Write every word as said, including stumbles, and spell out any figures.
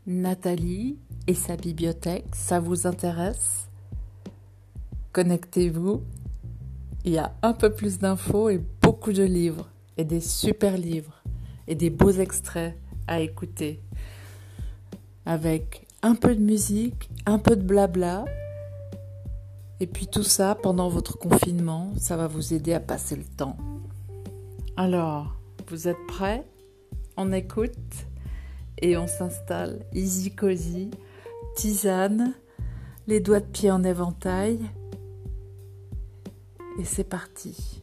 Nathalie et sa bibliothèque, ça vous intéresse? Connectez-vous, il y a un peu plus d'infos et beaucoup de livres, et des super livres, et des beaux extraits à écouter, avec un peu de musique, un peu de blabla, et puis tout ça pendant votre confinement, ça va vous aider à passer le temps. Alors, vous êtes prêts? On écoute et on s'installe easy cozy, tisane, les doigts de pied en éventail, et c'est parti.